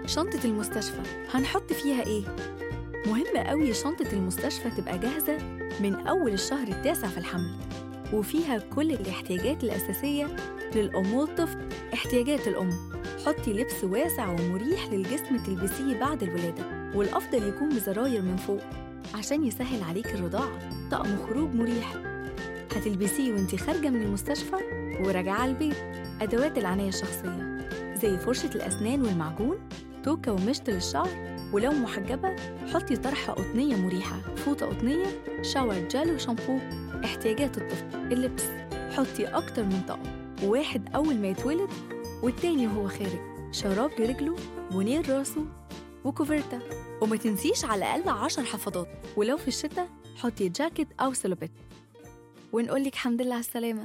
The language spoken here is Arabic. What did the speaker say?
شنطة المستشفى هنحط فيها إيه؟ مهم قوي شنطة المستشفى تبقى جاهزة من أول الشهر التاسع في الحمل، وفيها كل الاحتياجات الأساسية للأم والطفل. احتياجات الأم: حطي لبس واسع ومريح للجسم تلبسيه بعد الولادة، والأفضل يكون بزراير من فوق عشان يسهل عليك الرضاعة. طقم خروج مريح هتلبسيه وانتي خارجة من المستشفى وراجعة البيت. أدوات العناية الشخصية زي فرشة الأسنان والمعجون، توكة ومشط للشعر، ولو محجبة حطي طرحة قطنية مريحة، فوطة قطنية، شاور جل وشامبو. احتياجات الطفل: اللبس، حطي أكتر من طقم، واحد أول ما يتولد والتاني وهو خارج، شراب لرجله، بونير راسه، وكوفرتا. وما تنسيش على الأقل 10 حفاضات، ولو في الشتاء حطي جاكيت أو سلوبيت. ونقولك الحمد لله على السلامة.